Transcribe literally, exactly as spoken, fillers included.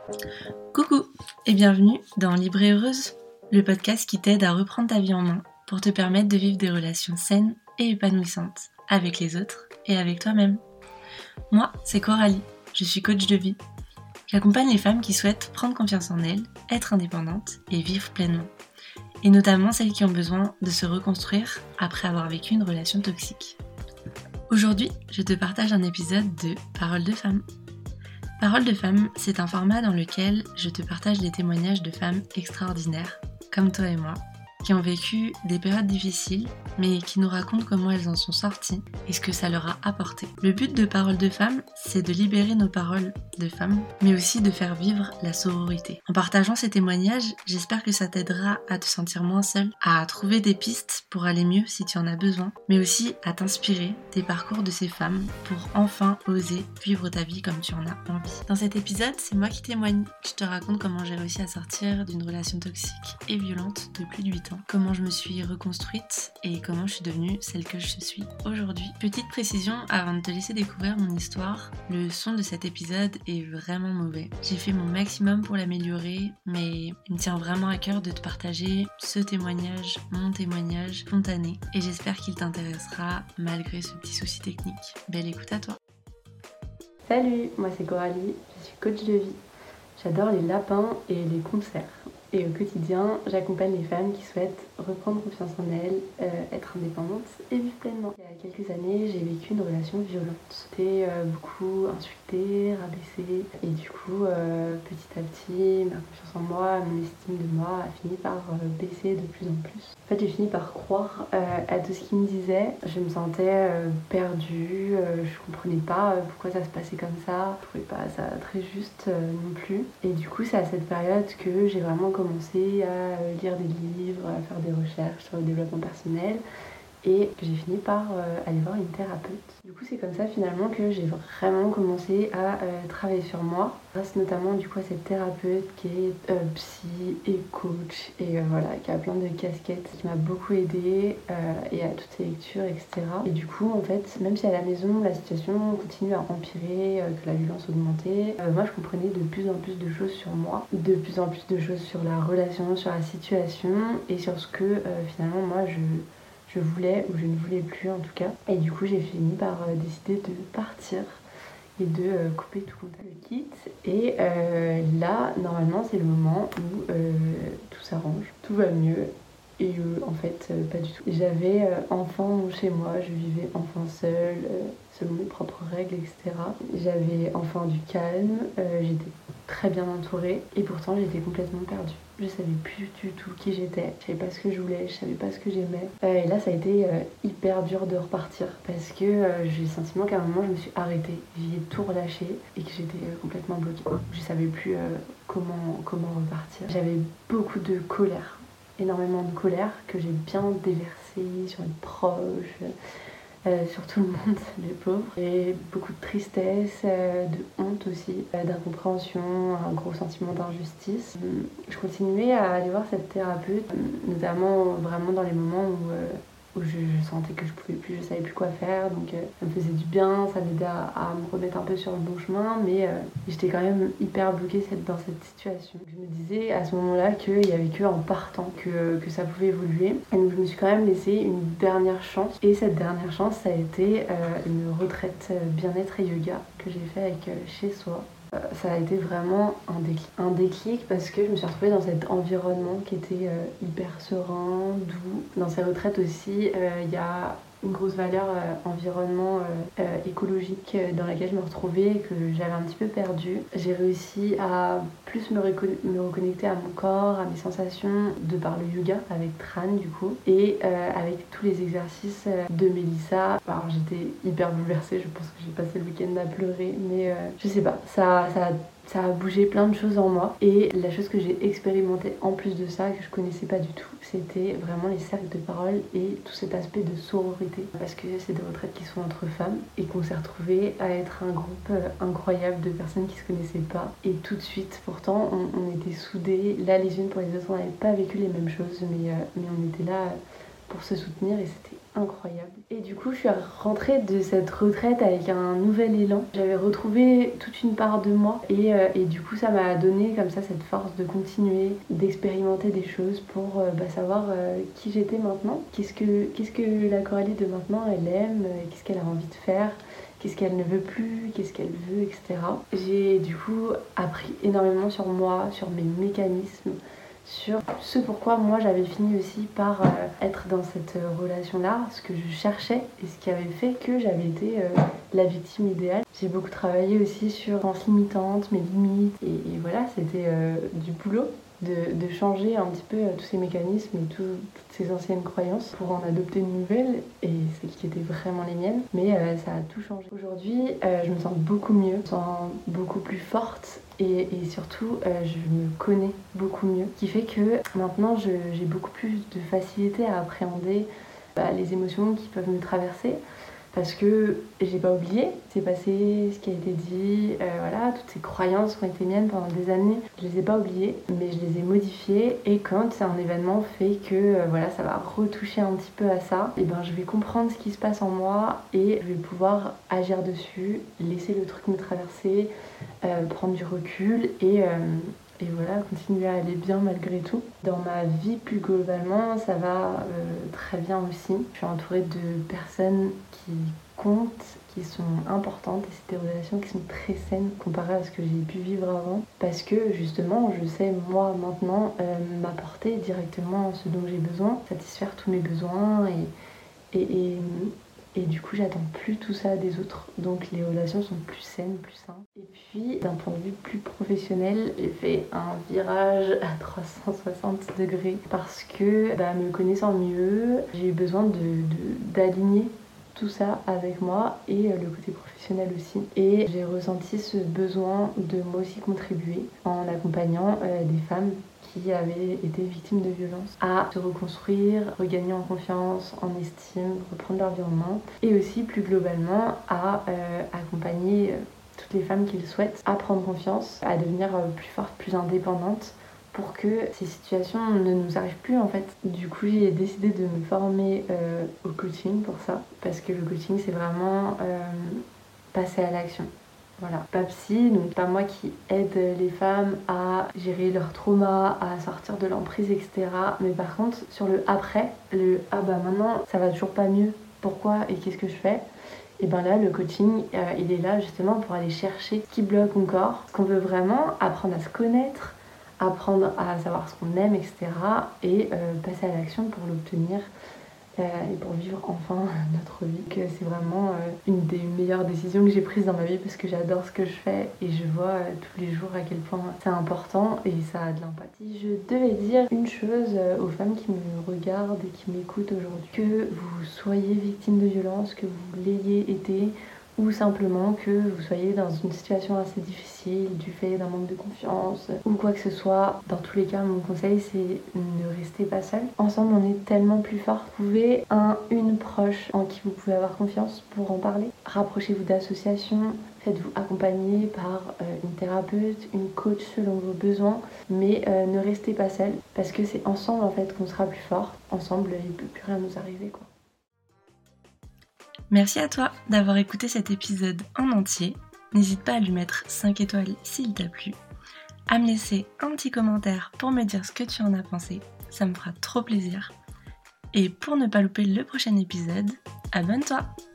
Coucou et bienvenue dans Libre et Heureuse, le podcast qui t'aide à reprendre ta vie en main pour te permettre de vivre des relations saines et épanouissantes avec les autres et avec toi-même. Moi, c'est Coralie, je suis coach de vie. J'accompagne les femmes qui souhaitent prendre confiance en elles, être indépendantes et vivre pleinement. Et notamment celles qui ont besoin de se reconstruire après avoir vécu une relation toxique. Aujourd'hui, je te partage un épisode de Paroles de femmes. Paroles de femmes, c'est un format dans lequel je te partage les témoignages de femmes extraordinaires, comme toi et moi, qui ont vécu des périodes difficiles, mais qui nous racontent comment elles en sont sorties et ce que ça leur a apporté. Le but de Paroles de femmes, c'est de libérer nos paroles de femmes, mais aussi de faire vivre la sororité. En partageant ces témoignages, j'espère que ça t'aidera à te sentir moins seule, à trouver des pistes pour aller mieux si tu en as besoin, mais aussi à t'inspirer des parcours de ces femmes pour enfin oser vivre ta vie comme tu en as envie. Dans cet épisode, c'est moi qui témoigne. Je te raconte comment j'ai réussi à sortir d'une relation toxique et violente de plus de huit ans, comment je me suis reconstruite et comment je suis devenue celle que je suis aujourd'hui. Petite précision avant de te laisser découvrir mon histoire, le son de cet épisode est vraiment mauvais. J'ai fait mon maximum pour l'améliorer, mais il me tient vraiment à cœur de te partager ce témoignage, mon témoignage spontané, et j'espère qu'il t'intéressera malgré ce petit souci technique. Belle écoute à toi. Salut, moi c'est Coralie, je suis coach de vie. J'adore les lapins et les concerts. Et au quotidien, j'accompagne les femmes qui souhaitent reprendre confiance en elles, euh, être indépendantes et vivre pleinement. Il y a quelques années, j'ai vécu une relation violente. J'étais euh, beaucoup insultée, rabaissée. Et du coup, euh, petit à petit, ma confiance en moi, mon estime de moi a fini par euh, baisser de plus en plus. En fait, j'ai fini par croire euh, à tout ce qu'ils me disaient. Je me sentais euh, perdue, euh, je comprenais pas euh, pourquoi ça se passait comme ça. Je trouvais pas ça très juste euh, non plus. Et du coup, c'est à cette période que j'ai vraiment commencé à lire des livres, à faire des recherches sur le développement personnel et que j'ai fini par euh, aller voir une thérapeute. Du coup, c'est comme ça finalement que j'ai vraiment commencé à euh, travailler sur moi, grâce notamment du coup à cette thérapeute qui est euh, psy et coach et euh, voilà, qui a plein de casquettes, qui m'a beaucoup aidée euh, et à toutes ces lectures, et cetera. Et du coup, en fait, même si à la maison la situation continue à empirer, euh, que la violence augmentait, euh, moi je comprenais de plus en plus de choses sur moi, de plus en plus de choses sur la relation, sur la situation et sur ce que euh, finalement moi je je voulais ou je ne voulais plus en tout cas. Et du coup j'ai fini par euh, décider de partir et de euh, couper tout contact. Je quitte et euh, là normalement c'est le moment où euh, tout s'arrange, tout va mieux. Et euh, en fait euh, pas du tout. J'avais euh, enfin mon chez moi, je vivais enfin seule, euh, selon mes propres règles, et cetera. J'avais enfin du calme, euh, j'étais très bien entourée et pourtant j'étais complètement perdue. Je savais plus du tout qui j'étais, je savais pas ce que je voulais, je savais pas ce que j'aimais. Euh, et là ça a été euh, hyper dur de repartir parce que euh, j'ai le sentiment qu'à un moment je me suis arrêtée, j'y ai tout relâché et que j'étais euh, complètement bloquée. Je savais plus euh, comment, comment repartir. J'avais beaucoup de colère, énormément de colère que j'ai bien déversée sur les proches, Euh, sur tout le monde, les pauvres, et beaucoup de tristesse, euh, de honte aussi, euh, d'incompréhension, un gros sentiment d'injustice. Je continuais à aller voir cette thérapeute, notamment vraiment dans les moments où, euh, où je, je sentais que je pouvais plus, je savais plus quoi faire, donc euh, ça me faisait du bien, ça m'aidait à, à me remettre un peu sur le bon chemin, mais euh, j'étais quand même hyper bloquée cette, dans cette situation. Je me disais à ce moment-là qu'il y avait que en partant que, que ça pouvait évoluer, et donc je me suis quand même laissé une dernière chance, et cette dernière chance ça a été euh, une retraite bien-être et yoga que j'ai fait avec euh, Chez Soi. Euh, ça a été vraiment un déclic. Un déclic parce que je me suis retrouvée dans cet environnement qui était euh, hyper serein, doux. Dans ces retraites aussi, il euh, y a une grosse valeur euh, environnement euh, euh, écologique euh, dans laquelle je me retrouvais et que j'avais un petit peu perdue. J'ai réussi à plus me, recon- me reconnecter à mon corps, à mes sensations de par le yoga avec Tran du coup et euh, avec tous les exercices euh, de Mélissa. Alors j'étais hyper bouleversée, je pense que j'ai passé le week-end à pleurer, mais euh, je sais pas, ça, ça a Ça a bougé plein de choses en moi et la chose que j'ai expérimentée en plus de ça, que je connaissais pas du tout, c'était vraiment les cercles de parole et tout cet aspect de sororité parce que c'est des retraites qui sont entre femmes et qu'on s'est retrouvés à être un groupe incroyable de personnes qui se connaissaient pas et tout de suite pourtant on, on était soudés là les unes pour les autres, on n'avait pas vécu les mêmes choses mais, euh, mais on était là pour se soutenir et c'était incroyable. Et du coup, je suis rentrée de cette retraite avec un nouvel élan. J'avais retrouvé toute une part de moi et, euh, et du coup, ça m'a donné comme ça cette force de continuer, d'expérimenter des choses pour euh, bah, savoir euh, qui j'étais maintenant. Qu'est-ce que, qu'est-ce que la Coralie de maintenant, elle aime, euh, qu'est-ce qu'elle a envie de faire, qu'est-ce qu'elle ne veut plus, qu'est-ce qu'elle veut, et cetera. J'ai du coup appris énormément sur moi, sur mes mécanismes, sur ce pourquoi moi j'avais fini aussi par euh, être dans cette euh, relation-là, ce que je cherchais et ce qui avait fait que j'avais été euh, la victime idéale. J'ai beaucoup travaillé aussi sur les croyances limitantes, mes limites, et, et voilà, c'était euh, du boulot de, de changer un petit peu euh, tous ces mécanismes et tout, toutes ces anciennes croyances pour en adopter une nouvelle, et celles qui étaient vraiment les miennes, mais euh, ça a tout changé. Aujourd'hui, euh, je me sens beaucoup mieux, je me sens beaucoup plus forte. Et, et surtout, euh, je me connais beaucoup mieux. Ce qui fait que maintenant, je, j'ai beaucoup plus de facilité à appréhender bah, les émotions qui peuvent me traverser. Parce que j'ai pas oublié, c'est passé ce qui a été dit, euh, voilà, toutes ces croyances qui ont été miennes pendant des années, je les ai pas oubliées, mais je les ai modifiées. Et quand un événement fait que euh, voilà, ça va retoucher un petit peu à ça, et ben je vais comprendre ce qui se passe en moi et je vais pouvoir agir dessus, laisser le truc me traverser, euh, prendre du recul et euh, et voilà, continuer à aller bien malgré tout. Dans ma vie plus globalement, ça va euh, très bien aussi. Je suis entourée de personnes qui comptent, qui sont importantes, et c'est des relations qui sont très saines comparées à ce que j'ai pu vivre avant. Parce que justement, je sais moi maintenant euh, m'apporter directement ce dont j'ai besoin, satisfaire tous mes besoins et, et, et Et du coup, j'attends plus tout ça des autres. Donc les relations sont plus saines, plus simples. Et puis, d'un point de vue plus professionnel, j'ai fait un virage à trois cent soixante degrés. Parce que, bah, me connaissant mieux, j'ai eu besoin de, de, d'aligner tout ça avec moi et le côté professionnel aussi. Et j'ai ressenti ce besoin de moi aussi contribuer en accompagnant euh, des femmes qui avaient été victimes de violences à se reconstruire, regagner en confiance, en estime, reprendre leur vie en main, et aussi plus globalement à euh, accompagner toutes les femmes qui le souhaitent à prendre confiance, à devenir plus fortes, plus indépendantes, pour que ces situations ne nous arrivent plus en fait. Du coup, j'ai décidé de me former euh, au coaching pour ça, parce que le coaching c'est vraiment euh, passer à l'action. Voilà, pas psy, donc pas moi qui aide les femmes à gérer leur trauma, à sortir de l'emprise, et cetera. Mais par contre, sur le après, le ah bah maintenant ça va toujours pas mieux, pourquoi et qu'est-ce que je fais? Et ben là, le coaching, euh, il est là justement pour aller chercher ce qui bloque encore, ce qu'on veut vraiment, apprendre à se connaître, apprendre à savoir ce qu'on aime, et cetera. Et euh, passer à l'action pour l'obtenir. Et pour vivre enfin notre vie. Que c'est vraiment une des meilleures décisions que j'ai prises dans ma vie parce que j'adore ce que je fais et je vois tous les jours à quel point c'est important et ça a de l'impact. Si je devais dire une chose aux femmes qui me regardent et qui m'écoutent aujourd'hui, que vous soyez victime de violence, que vous l'ayez été, ou simplement que vous soyez dans une situation assez difficile du fait d'un manque de confiance ou quoi que ce soit, dans tous les cas mon conseil c'est ne restez pas seul. Ensemble on est tellement plus forts. Vous pouvez un, une proche en qui vous pouvez avoir confiance pour en parler. Rapprochez-vous d'associations, faites-vous accompagner par euh, une thérapeute, une coach selon vos besoins, mais euh, ne restez pas seul parce que c'est ensemble en fait qu'on sera plus fort. Ensemble il ne peut plus rien nous arriver quoi. Merci à toi d'avoir écouté cet épisode en entier. N'hésite pas à lui mettre cinq étoiles s'il t'a plu, à me laisser un petit commentaire pour me dire ce que tu en as pensé, ça me fera trop plaisir. Et pour ne pas louper le prochain épisode, abonne-toi!